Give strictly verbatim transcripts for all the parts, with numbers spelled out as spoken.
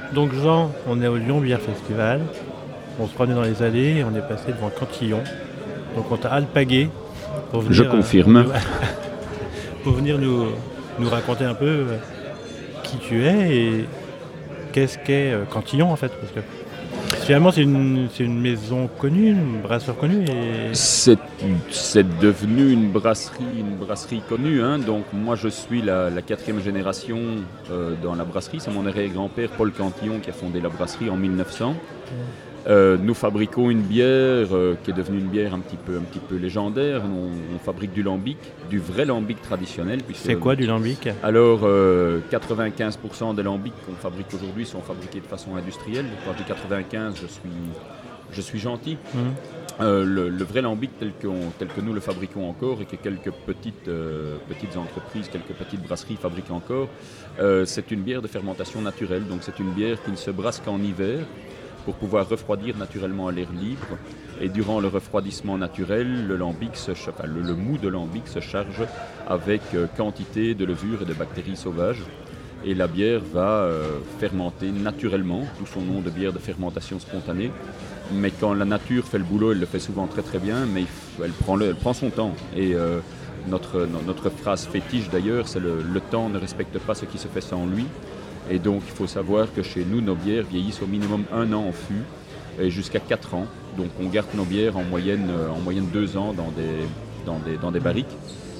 Donc Jean, on est au Lyon Beer Festival. On se promenait dans les allées et on est passé devant Cantillon. Donc on t'a alpagué pour venir, Je confirme. euh, pour venir nous, nous raconter un peu euh, qui tu es et qu'est-ce qu'est euh, Cantillon en fait. Parce que finalement c'est une, c'est une maison connue, une brasseur connue. Et... C'est, c'est devenu une brasserie, une brasserie connue. Hein. Donc moi je suis la, la quatrième génération euh, dans la brasserie. C'est mon arrière-grand-père Paul Cantillon qui a fondé la brasserie en mille neuf cents. Euh, nous fabriquons une bière euh, qui est devenue une bière un petit peu, un petit peu légendaire. On, on fabrique du lambic, du vrai lambic traditionnel. Puisque, c'est quoi du lambic ? Alors, euh, quatre-vingt-quinze pour cent des lambics qu'on fabrique aujourd'hui sont fabriqués de façon industrielle. Quand je dis quatre-vingt-quinze, je suis, je suis gentil. Mmh. Euh, le, le vrai lambic tel, tel que nous le fabriquons encore et que quelques petites, euh, petites entreprises, quelques petites brasseries fabriquent encore, euh, c'est une bière de fermentation naturelle. Donc c'est une bière qui ne se brasse qu'en hiver, pour pouvoir refroidir naturellement à l'air libre. Et durant le refroidissement naturel, le, lambic se, enfin, le, le mou de lambic se charge avec euh, quantité de levure et de bactéries sauvages. Et la bière va euh, fermenter naturellement, d'où son nom de bière de fermentation spontanée. Mais quand la nature fait le boulot, elle le fait souvent très très bien, mais elle prend, le, elle prend son temps. Et euh, notre, notre phrase fétiche d'ailleurs, c'est le, le temps ne respecte pas ce qui se fait sans lui. Et donc il faut savoir que chez nous, nos bières vieillissent au minimum un an en fût et jusqu'à quatre ans. Donc on garde nos bières en moyenne, euh, en moyenne deux ans dans des, dans des, dans des barriques.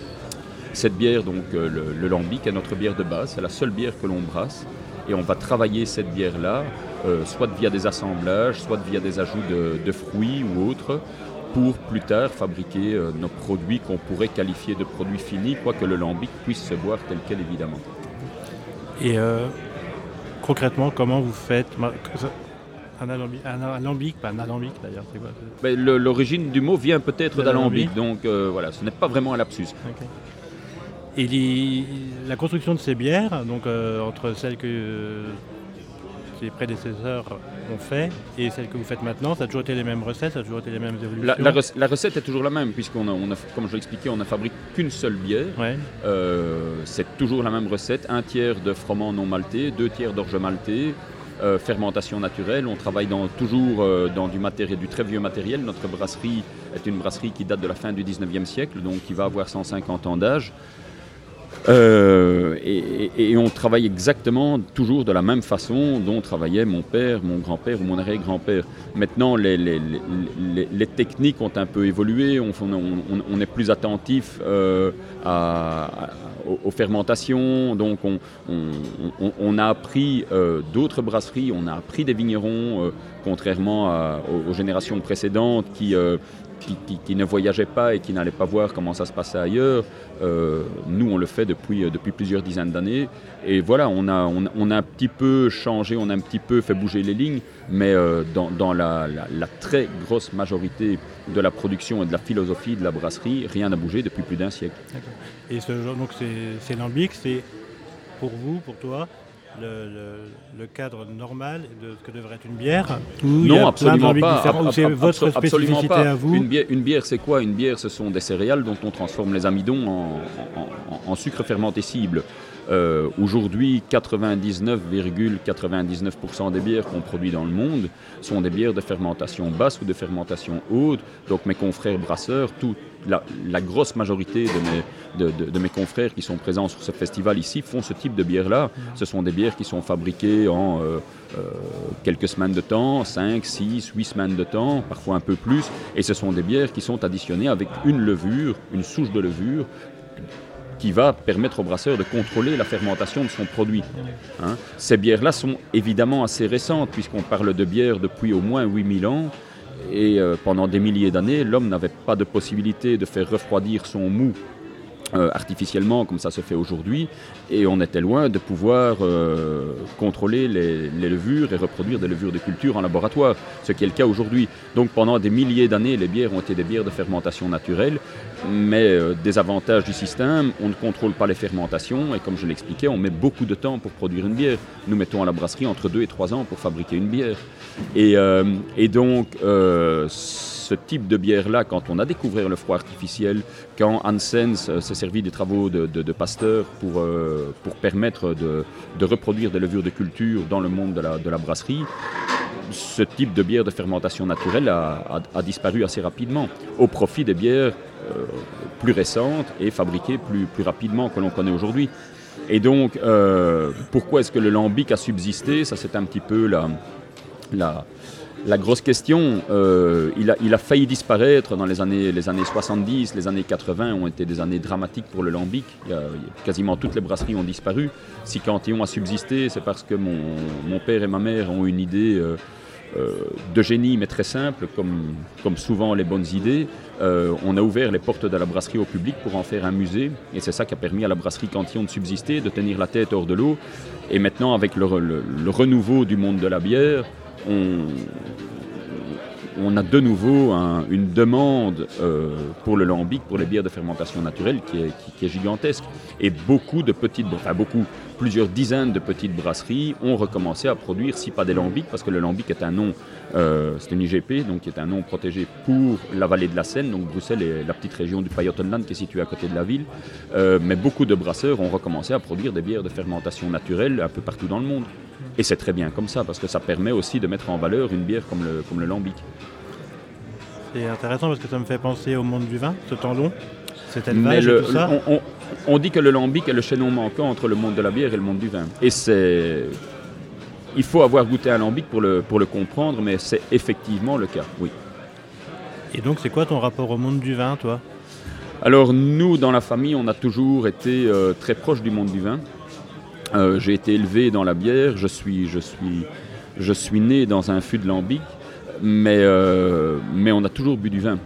Cette bière, donc euh, le, le lambic, est notre bière de base, c'est la seule bière que l'on brasse. Et on va travailler cette bière-là, euh, soit via des assemblages, soit via des ajouts de, de fruits ou autres, pour plus tard fabriquer euh, nos produits qu'on pourrait qualifier de produits finis, quoique le lambic puisse se boire tel quel évidemment. Et euh... concrètement, comment vous faites un alambic, un alambic, pas un alambic d'ailleurs, c'est quoi ? Ben, le, l'origine du mot vient peut-être d'alambic, donc euh, voilà, ce n'est pas vraiment un lapsus. Okay. Et les, la construction de ces bières, donc euh, entre celles que euh, les prédécesseurs ont fait et celles que vous faites maintenant, ça a toujours été les mêmes recettes, ça a toujours été les mêmes évolutions ? La, la, rec- la recette est toujours la même, puisqu'on a, on a, comme je l'ai expliqué, on ne fabrique qu'une seule bière. Ouais. Euh, c'est toujours la même recette, un tiers de froment non malté, deux tiers d'orge malté, euh, fermentation naturelle. On travaille dans, toujours euh, dans du, matéri- du très vieux matériel. Notre brasserie est une brasserie qui date de la fin du dix-neuvième siècle, donc qui va avoir cent cinquante ans d'âge. Euh, et, et, et on travaille exactement toujours de la même façon dont travaillait mon père, mon grand-père ou mon arrière-grand-père. Maintenant, les, les, les, les techniques ont un peu évolué, on, on, on est plus attentif euh, à, à, aux, aux fermentations, donc on, on, on a appris euh, d'autres brasseries, on a appris des vignerons, euh, contrairement à, aux, aux générations précédentes qui... Euh, Qui, qui, qui ne voyageaient pas et qui n'allaient pas voir comment ça se passait ailleurs. Euh, nous, on le fait depuis, euh, depuis plusieurs dizaines d'années. Et voilà, on a, on, on a un petit peu changé, on a un petit peu fait bouger les lignes, mais euh, dans, dans la, la, la très grosse majorité de la production et de la philosophie de la brasserie, rien n'a bougé depuis plus d'un siècle. D'accord. Et ce genre, donc c'est, c'est lambic, c'est pour vous, pour toi, Le, le, le cadre normal de ce que devrait être une bière ou non, il y a absolument plein pas. Ab- ou c'est ab- votre absolument spécificité pas. à vous une bière, une bière, c'est quoi ? Une bière, ce sont des céréales dont on transforme les amidons en, en, en, en sucre fermenté cible. Euh, aujourd'hui, quatre-vingt-dix-neuf virgule quatre-vingt-dix-neuf pour cent des bières qu'on produit dans le monde sont des bières de fermentation basse ou de fermentation haute. Donc mes confrères brasseurs, tout, la, la grosse majorité de mes, de, de, de mes confrères qui sont présents sur ce festival ici font ce type de bière-là. Ce sont des bières qui sont fabriquées en euh, euh, quelques semaines de temps, cinq, six, huit semaines de temps, parfois un peu plus. Et ce sont des bières qui sont additionnées avec une levure, une souche de levure, qui va permettre au brasseur de contrôler la fermentation de son produit. Hein. Ces bières-là sont évidemment assez récentes, puisqu'on parle de bières depuis au moins huit mille ans, et euh, pendant des milliers d'années, l'homme n'avait pas de possibilité de faire refroidir son mou euh, artificiellement, comme ça se fait aujourd'hui, et on était loin de pouvoir euh, contrôler les, les levures et reproduire des levures de culture en laboratoire, ce qui est le cas aujourd'hui. Donc pendant des milliers d'années, les bières ont été des bières de fermentation naturelle, mais euh, des avantages du système, on ne contrôle pas les fermentations, et comme je l'expliquais, on met beaucoup de temps pour produire une bière. Nous mettons à la brasserie entre deux et trois ans pour fabriquer une bière. Et, euh, et donc, euh, ce type de bière-là, quand on a découvert le froid artificiel, quand Hansens euh, s'est servi des travaux de, de, de Pasteur pour, euh, pour permettre de, de reproduire des levures de culture dans le monde de la, de la brasserie, ce type de bière de fermentation naturelle a, a, a disparu assez rapidement, au profit des bières euh, plus récentes et fabriquées plus, plus rapidement que l'on connaît aujourd'hui. Et donc, euh, pourquoi est-ce que le lambic a subsisté? Ça, c'est un petit peu la, la, la grosse question. Euh, il, a, il a failli disparaître dans les années, les années soixante-dix, les années quatre-vingts ont été des années dramatiques pour le lambic. Il y a, quasiment toutes les brasseries ont disparu. Si Cantillon a subsisté, c'est parce que mon, mon père et ma mère ont une idée euh, euh, de génie, mais très simple, comme, comme souvent les bonnes idées. Euh, on a ouvert les portes de la brasserie au public pour en faire un musée, et c'est ça qui a permis à la brasserie Cantillon de subsister, de tenir la tête hors de l'eau. Et maintenant, avec le, le, le renouveau du monde de la bière, on, on a de nouveau un, une demande euh, pour le lambic, pour les bières de fermentation naturelle qui est, qui, qui est gigantesque. Et beaucoup de petites, enfin beaucoup, plusieurs dizaines de petites brasseries ont recommencé à produire, si pas des lambics, parce que le lambic est un nom, euh, c'est une I G P, donc qui est un nom protégé pour la vallée de la Seine, donc Bruxelles est la petite région du Pajottenland qui est située à côté de la ville. Euh, mais beaucoup de brasseurs ont recommencé à produire des bières de fermentation naturelle un peu partout dans le monde. Et c'est très bien comme ça, parce que ça permet aussi de mettre en valeur une bière comme le, comme le lambic. C'est intéressant parce que ça me fait penser au monde du vin, ce temps long, cet élevage le, et tout ça. On, on, on dit que le lambic est le chaînon manquant entre le monde de la bière et le monde du vin. Et c'est... Il faut avoir goûté un lambic pour le, pour le comprendre, mais c'est effectivement le cas, oui. Et donc, c'est quoi ton rapport au monde du vin, toi? Alors, nous, dans la famille, on a toujours été euh, très proche du monde du vin. Euh, j'ai été élevé dans la bière, je suis, je suis, je suis né dans un fût de lambic, mais, euh, mais on a toujours bu du vin.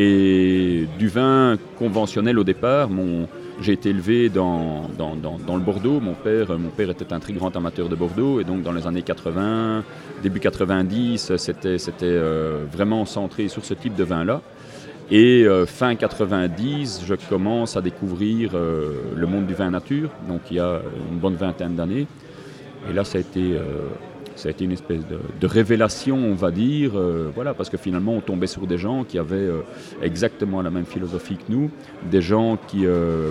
Et du vin conventionnel au départ, mon, j'ai été élevé dans, dans, dans, dans le Bordeaux. Mon père, mon père était un très grand amateur de Bordeaux, et donc dans les années quatre-vingts, début quatre-vingt-dix, c'était, c'était euh, vraiment centré sur ce type de vin-là. Et euh, fin quatre-vingt-dix, je commence à découvrir euh, le monde du vin nature, donc il y a une bonne vingtaine d'années. Et là, ça a été, euh, ça a été une espèce de, de révélation, on va dire, euh, voilà, parce que finalement, on tombait sur des gens qui avaient euh, exactement la même philosophie que nous, des gens qui... Euh,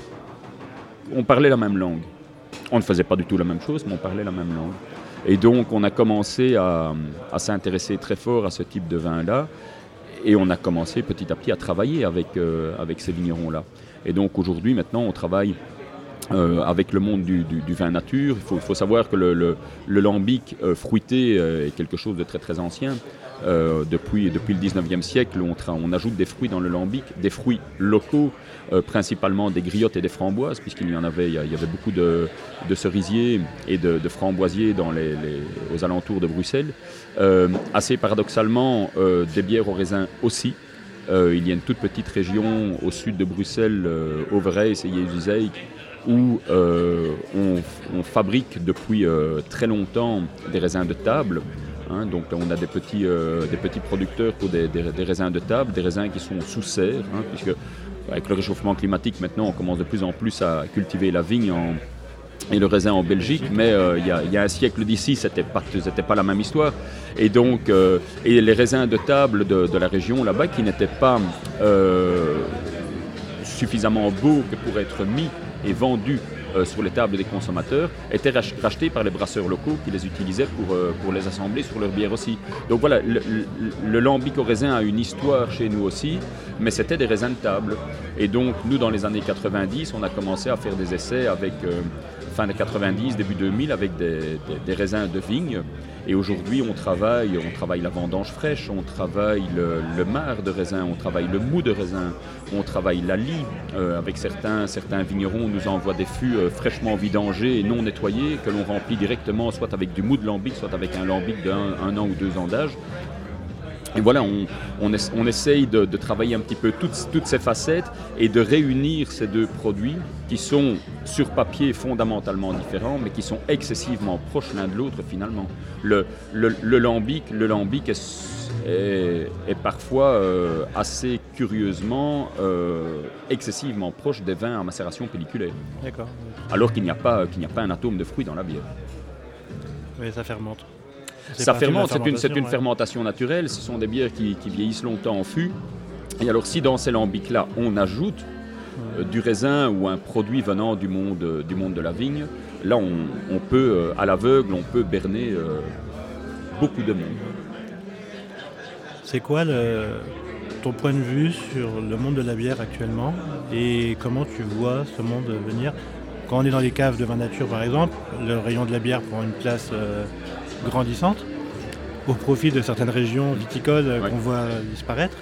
on parlait la même langue. On ne faisait pas du tout la même chose, mais on parlait la même langue. Et donc, on a commencé à, à s'intéresser très fort à ce type de vin-là. Et on a commencé petit à petit à travailler avec, euh, avec ces vignerons-là. Et donc aujourd'hui, maintenant, on travaille euh, avec le monde du, du, du vin nature. Il faut, il faut savoir que le, le, le lambic euh, fruité euh, est quelque chose de très très ancien. Euh, depuis, depuis le dix-neuvième siècle, on, tra- on ajoute des fruits dans le lambic, des fruits locaux, euh, principalement des griottes et des framboises, puisqu'il y en avait, il y avait beaucoup de, de cerisiers et de, de framboisiers dans les, les, aux alentours de Bruxelles. Euh, assez paradoxalement, euh, des bières au raisin aussi. Euh, il y a une toute petite région au sud de Bruxelles, euh, Overijse et Jezus-Eyck, où euh, on, on fabrique depuis euh, très longtemps des raisins de table. Hein, donc on a des petits, euh, des petits producteurs pour des, des, des raisins de table, des raisins qui sont sous serre, hein, puisque avec le réchauffement climatique maintenant on commence de plus en plus à cultiver la vigne en, et le raisin en Belgique, mais euh, il, y a, il y a un siècle d'ici c'était pas, c'était pas la même histoire. Et donc euh, et les raisins de table de, de la région là-bas qui n'étaient pas euh, suffisamment beaux que pour être mis et vendus Euh, sur les tables des consommateurs, étaient rach- rachetés par les brasseurs locaux qui les utilisaient pour, euh, pour les assembler sur leur bière aussi. Donc voilà, le, le, le lambic au raisin a une histoire chez nous aussi, mais c'était des raisins de table. Et donc nous, dans les années quatre-vingt-dix, on a commencé à faire des essais avec, euh, fin des quatre-vingt-dix, début deux mille, avec des, des, des raisins de vigne. Et aujourd'hui, on travaille, on travaille la vendange fraîche, on travaille le, le marc de raisin, on travaille le mou de raisin, on travaille la lie. Euh, avec certains, certains vignerons, on nous envoie des fûts euh, fraîchement vidangés et non nettoyés, que l'on remplit directement, soit avec du mou de lambic, soit avec un lambic d'un un an ou deux ans d'âge. Et voilà, on, on, es, on essaye de, de travailler un petit peu toutes, toutes ces facettes et de réunir ces deux produits qui sont sur papier fondamentalement différents, mais qui sont excessivement proches l'un de l'autre finalement. Le, le, le lambic, le lambic est, est, est parfois euh, assez curieusement euh, excessivement proche des vins à macération pelliculaire. D'accord. Alors qu'il n'y a pas, qu'il n'y a pas un atome de fruit dans la bière. Oui, ça fermente. Ça fermente, c'est une, c'est une ouais. fermentation naturelle. Ce sont des bières qui, qui vieillissent longtemps en fût. Et alors, si dans ces lambics-là, on ajoute ouais. euh, du raisin ou un produit venant du monde, euh, du monde de la vigne, là, on, on peut, euh, à l'aveugle, on peut berner euh, beaucoup de monde. C'est quoi le, ton point de vue sur le monde de la bière actuellement et comment tu vois ce monde venir ? Quand on est dans les caves de vin nature, par exemple, le rayon de la bière prend une place euh, grandissante au profit de certaines régions viticoles euh, ouais. qu'on voit disparaître.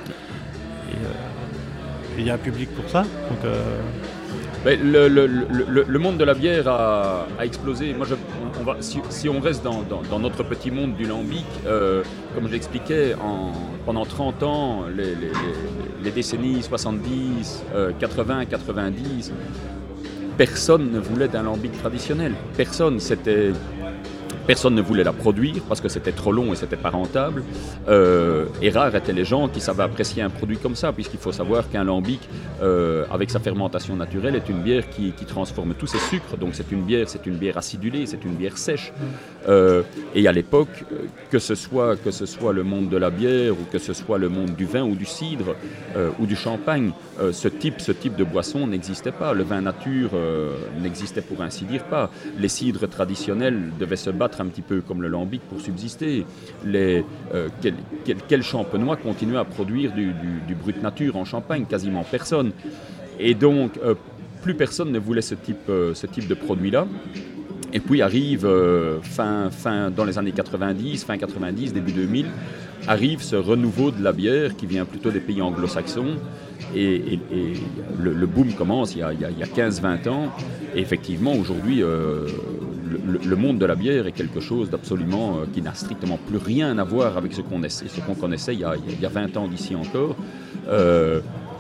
Et il euh, y a un public pour ça. Donc, euh... ben, le, le, le, le monde de la bière a, a explosé. Moi, je, on va, si, si on reste dans, dans, dans notre petit monde du lambic, euh, comme je l'expliquais, en, pendant trente ans, les, les, les, les décennies soixante-dix, euh, quatre-vingts, quatre-vingt-dix, personne ne voulait d'un lambic traditionnel. Personne, c'était... Personne ne voulait la produire parce que c'était trop long et c'était pas rentable. Euh, et rares étaient les gens qui savaient apprécier un produit comme ça, puisqu'il faut savoir qu'un lambic, euh, avec sa fermentation naturelle, est une bière qui, qui transforme tous ses sucres. Donc c'est une bière, c'est une bière acidulée, c'est une bière sèche. Euh, et à l'époque, que ce soit que ce soit le monde de la bière ou que ce soit le monde du vin ou du cidre euh, ou du champagne, euh, ce type, ce type de boisson n'existait pas. Le vin nature euh, n'existait pour ainsi dire pas. Les cidres traditionnels devaient se battre un petit peu comme le lambic pour subsister. Les, euh, quel, quel, quel champenois continuait à produire du, du, du brut nature en Champagne? Quasiment personne. Et donc, euh, plus personne ne voulait ce type, euh, ce type de produit-là. Et puis arrive, euh, fin, fin, dans les années quatre-vingt-dix, fin quatre-vingt-dix, début deux mille, arrive ce renouveau de la bière qui vient plutôt des pays anglo-saxons. Et, et, et le, le boom commence il y a, il y a quinze vingt ans. Et effectivement, aujourd'hui, euh, le, le monde de la bière est quelque chose d'absolument euh, qui n'a strictement plus rien à voir avec ce qu'on, essaie, ce qu'on connaissait il y, a, il y a vingt ans d'ici encore. Euh,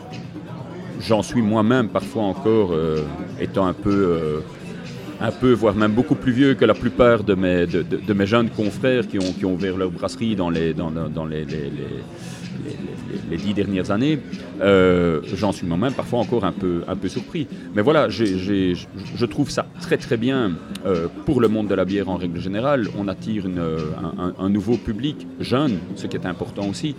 j'en suis moi-même parfois encore euh, étant un peu... Euh, un peu, voire même beaucoup plus vieux que la plupart de mes, de, de, de mes jeunes confrères qui ont, qui ont ouvert leur brasserie dans les, dans, dans les, les, les, les, les dix dernières années. Euh, j'en suis moi-même parfois encore un peu, un peu surpris. Mais voilà, j'ai, j'ai, je trouve ça très très bien euh, pour le monde de la bière en règle générale. On attire une, un, un nouveau public jeune, ce qui est important aussi.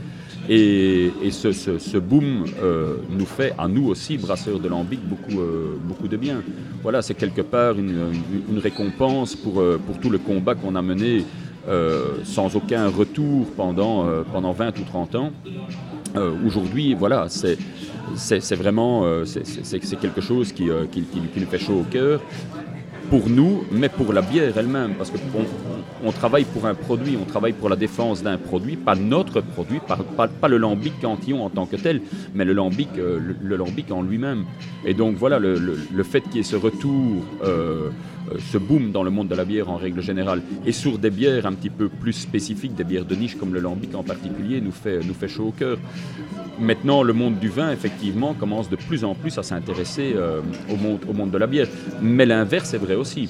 Et, et ce, ce, ce boom euh, nous fait, à nous aussi, brasseurs de lambic, beaucoup, euh, beaucoup de bien. Voilà, c'est quelque part une, une, une récompense pour, euh, pour tout le combat qu'on a mené euh, sans aucun retour pendant, euh, pendant vingt ou trente ans. Euh, aujourd'hui, voilà, c'est, c'est, c'est vraiment euh, c'est, c'est, c'est quelque chose qui, euh, qui, qui, qui nous fait chaud au cœur. Pour nous, mais pour la bière elle-même, parce qu'on on travaille pour un produit, on travaille pour la défense d'un produit, pas notre produit, pas, pas, pas le lambic cantillon en tant que tel, mais le lambic, euh, le, le lambic en lui-même. Et donc voilà, le, le, le fait qu'il y ait ce retour, euh, ce boom dans le monde de la bière en règle générale, et sur des bières un petit peu plus spécifiques, des bières de niche comme le lambic en particulier, nous fait, nous fait chaud au cœur. Maintenant, le monde du vin, effectivement, commence de plus en plus à s'intéresser euh, au, monde, au monde de la bière. Mais l'inverse est vrai aussi.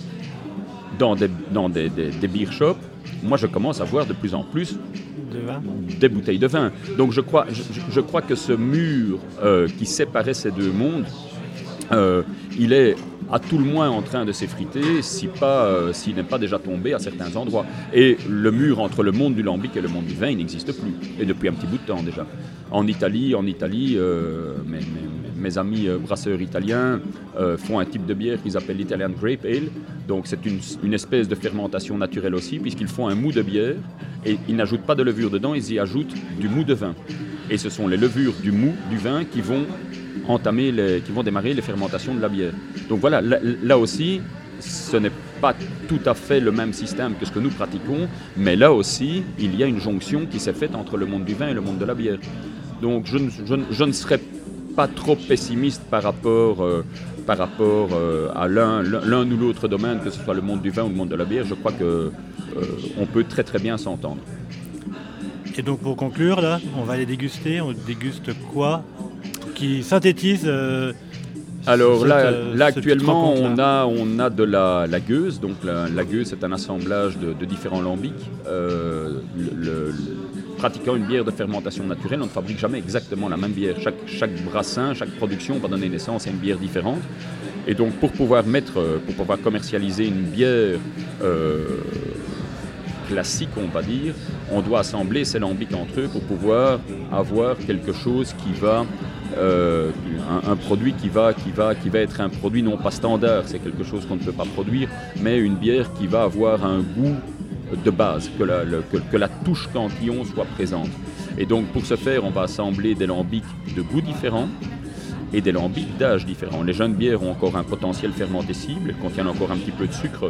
Dans des, dans des, des, des beer shops, moi, je commence à voir de plus en plus de vin. Des bouteilles de vin. Donc, je crois, je, je crois que ce mur euh, qui séparait ces deux mondes, euh, il est à tout le moins en train de s'effriter, si pas, euh, s'il n'est pas déjà tombé à certains endroits. Et le mur entre le monde du lambic et le monde du vin, il n'existe plus. Et depuis un petit bout de temps déjà. En Italie, en Italie euh, mes, mes, mes amis euh, brasseurs italiens euh, font un type de bière qu'ils appellent l'Italian Grape Ale. Donc c'est une, une espèce de fermentation naturelle aussi, puisqu'ils font un mou de bière et ils n'ajoutent pas de levure dedans, ils y ajoutent du mou de vin. Et ce sont les levures du mou du vin qui vont entamer les, qui vont démarrer les fermentations de la bière. Donc voilà, là, là aussi, ce n'est pas tout à fait le même système que ce que nous pratiquons, mais là aussi, il y a une jonction qui s'est faite entre le monde du vin et le monde de la bière. Donc je, je, je ne serais pas trop pessimiste par rapport, euh, par rapport euh, à l'un, l'un ou l'autre domaine, que ce soit le monde du vin ou le monde de la bière. Je crois qu'on euh, peut très très bien s'entendre. Et donc pour conclure, là, on va aller déguster. On déguste quoi qui synthétise euh, Alors cette, là, euh, là actuellement, on a, on a de la, la gueuse. Donc la, la gueuse, c'est un assemblage de, de différents lambics. Euh, le, le, le, pratiquant une bière de fermentation naturelle, on ne fabrique jamais exactement la même bière. Chaque, chaque brassin, chaque production va donner naissance à une bière différente. Et donc pour pouvoir mettre, pour pouvoir commercialiser une bière euh, classique, on va dire, on doit assembler ces lambics entre eux pour pouvoir avoir quelque chose qui va, euh, un, un produit qui va, qui, va, qui va être un produit non pas standard, c'est quelque chose qu'on ne peut pas produire, mais une bière qui va avoir un goût de base, que la, le, que, que la touche cantillon soit présente. Et donc pour ce faire, on va assembler des lambics de goûts différents et des lambics d'âge différents. Les jeunes bières ont encore un potentiel fermentescible, elles contiennent encore un petit peu de sucre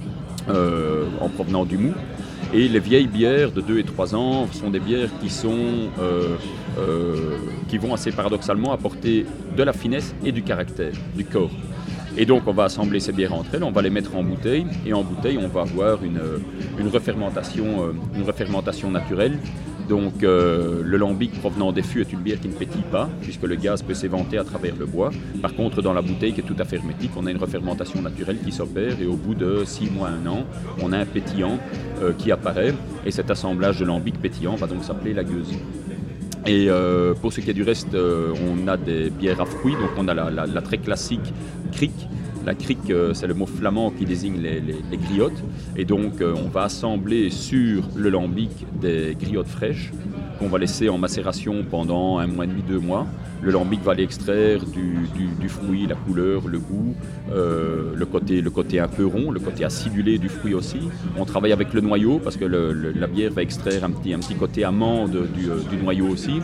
euh, en provenant du mou. Et les vieilles bières de deux et trois ans sont des bières qui, sont, euh, euh, qui vont assez paradoxalement apporter de la finesse et du caractère, du corps. Et donc on va assembler ces bières entre elles, on va les mettre en bouteille, et en bouteille on va avoir une, une, refermentation, une refermentation naturelle. Donc euh, le lambic provenant des fûts est une bière qui ne pétille pas, puisque le gaz peut s'éventer à travers le bois. Par contre, dans la bouteille qui est tout à fait hermétique, on a une refermentation naturelle qui s'opère, et au bout de six mois, un an, on a un pétillant euh, qui apparaît, et cet assemblage de lambic pétillant va donc s'appeler la gueuse. Et euh, pour ce qui est du reste, euh, on a des bières à fruits, donc on a la, la, la très classique cric. La cric, euh, c'est le mot flamand qui désigne les, les, les griottes. Et donc, euh, on va assembler sur le lambic des griottes fraîches qu'on va laisser en macération pendant un mois et demi, deux mois. Le lambic va aller extraire du, du, du fruit, la couleur, le goût, euh, le, côté, le côté un peu rond, le côté acidulé du fruit aussi. On travaille avec le noyau parce que le, le, la bière va extraire un petit, un petit côté amande du, euh, du noyau aussi.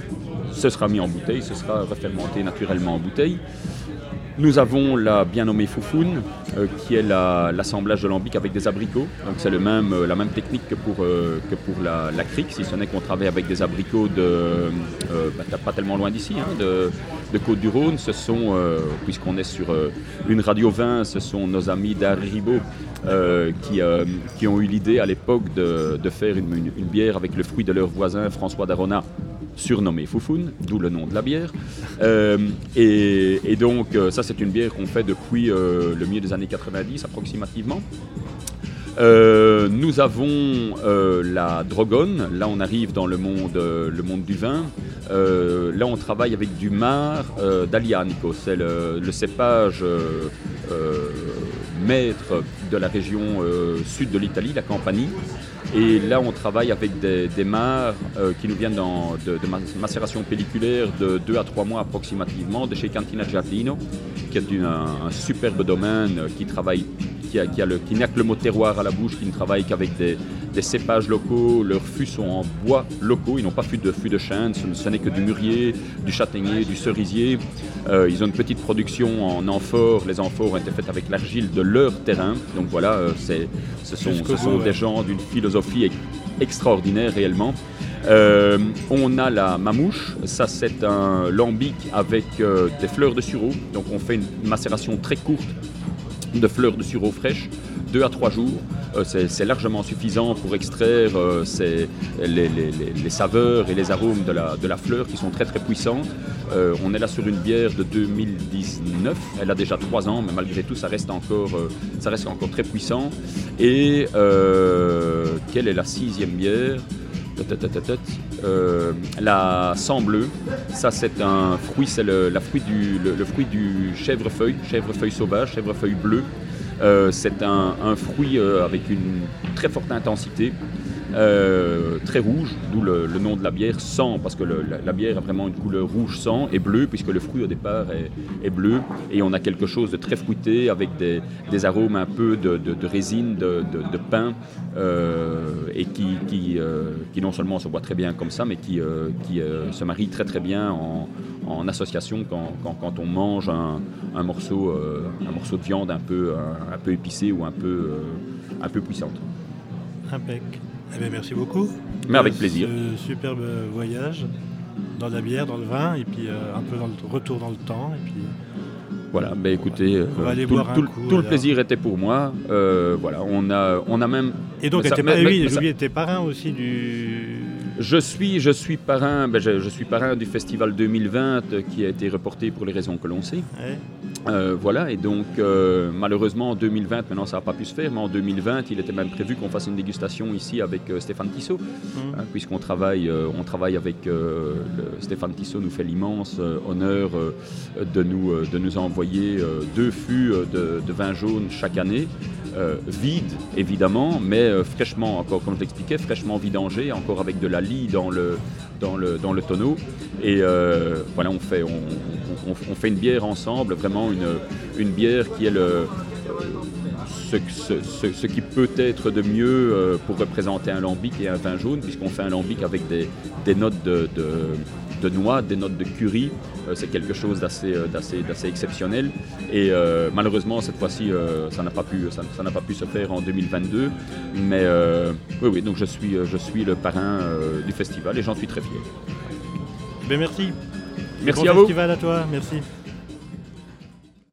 Ce sera mis en bouteille, ce sera refermenté naturellement en bouteille. Nous avons la bien nommée foufoune, euh, qui est la, l'assemblage de lambic avec des abricots. Donc c'est le même, euh, la même technique que pour, euh, que pour la, la cric, si ce n'est qu'on travaille avec des abricots de, euh, bah, pas tellement loin d'ici, hein, de, de Côte-du-Rhône. Ce sont, euh, puisqu'on est sur euh, une radio vin, ce sont nos amis d'Haribo euh, qui, euh, qui ont eu l'idée à l'époque de, de faire une, une, une bière avec le fruit de leur voisin François d'Arona, surnommé Foufoune, d'où le nom de la bière. Euh, et, et donc, euh, ça, c'est une bière qu'on fait depuis euh, le milieu des années quatre-vingt-dix, approximativement. Euh, nous avons euh, la Drogonne. Là, on arrive dans le monde, euh, le monde du vin. Euh, là, on travaille avec du Mar euh, d'Aglianico. C'est le, le cépage euh, euh, maître de la région euh, sud de l'Italie, la Campanie. Et là, on travaille avec des, des mares euh, qui nous viennent dans, de, de macération pelliculaire de deux à trois mois approximativement, de chez Cantina Giardino, qui est une, un, un superbe domaine qui travaille, qui, a, qui, a le, qui n'a que le mot terroir à la bouche, qui ne travaille qu'avec des, des cépages locaux. Leurs fûts sont en bois locaux, ils n'ont pas fût de fût de chêne, ce, ce n'est que du mûrier, du châtaignier, du cerisier. Euh, ils ont une petite production en amphores. Les amphores ont été faites avec l'argile de leur terrain. Donc voilà, euh, c'est, ce sont, ce sont des gens d'une philosophie extraordinaire réellement. Euh, on a la mamouche, ça c'est un lambic avec euh, des fleurs de sureau. Donc on fait une macération très courte de fleurs de sureau fraîches, deux à trois jours. Euh, c'est, c'est largement suffisant pour extraire euh, ces, les, les, les saveurs et les arômes de la, de la fleur qui sont très très puissantes. Euh, on est là sur une bière de deux mille dix-neuf, elle a déjà trois ans, mais malgré tout ça reste encore, euh, ça reste encore très puissant. Et euh, quelle est la sixième bière ? Euh, la sang bleu, ça c'est un fruit, c'est le, la fruit du, le, le fruit du chèvrefeuille, chèvrefeuille sauvage, chèvrefeuille bleu. Euh, c'est un, un fruit euh, avec une très forte intensité, euh, très rouge, d'où le, le nom de la bière, sang, parce que le, la, la bière a vraiment une couleur rouge sang et bleu, puisque le fruit au départ est, est bleu, et on a quelque chose de très fruité avec des, des arômes un peu de, de, de résine, de, de, de pain, euh, et qui, qui, euh, qui non seulement se boit très bien comme ça, mais qui, euh, qui euh, se marie très très bien en, en association quand, quand, quand on mange un, un, morceau, euh, un morceau de viande un peu, un, un peu épicé ou un peu, euh, un peu puissante. Impec. Eh bien, merci beaucoup. Mais avec plaisir. Ce superbe voyage dans la bière, dans le vin, et puis euh, un peu dans le retour dans le temps. Et puis, voilà, ben écoutez, on va euh, aller tout, boire un tout, coup, tout le alors. plaisir était pour moi. Euh, voilà, on a, on a même. Et donc, ça, t'es, mais, oui, mais, j'ai ça, oublié, t'es parrain aussi du. Je suis, je suis parrain, ben je, je suis parrain du festival deux mille vingt qui a été reporté pour les raisons que l'on sait. Ouais. Euh, voilà, et donc euh, malheureusement en deux mille vingt, maintenant ça n'a pas pu se faire, mais en deux mille vingt, il était même prévu qu'on fasse une dégustation ici avec euh, Stéphane Tissot, mmh. hein, puisqu'on travaille, euh, on travaille avec euh, le, Stéphane Tissot nous fait l'immense euh, honneur euh, de, nous, euh, de nous envoyer euh, deux fûts de, de vin jaune chaque année. euh, vide évidemment, mais euh, fraîchement, encore comme je l'expliquais, fraîchement vidangé, encore avec de la lie dans le, dans le, dans le tonneau. Et euh, voilà, on fait, on, on, on fait une bière ensemble, vraiment une, une bière qui est le, ce, ce, ce, ce qui peut être de mieux euh, pour représenter un lambic et un vin jaune, puisqu'on fait un lambic avec des, des notes de, de, de noix, des notes de curry. Euh, c'est quelque chose d'assez, d'assez, d'assez exceptionnel. Et euh, malheureusement, cette fois-ci, euh, ça n'a pas pu, ça, ça n'a pas pu se faire en deux mille vingt-deux. Mais euh, oui, oui, donc je suis, je suis le parrain euh, du festival et j'en suis très fier. Ben merci. Merci bon à vous. Festival à toi, merci.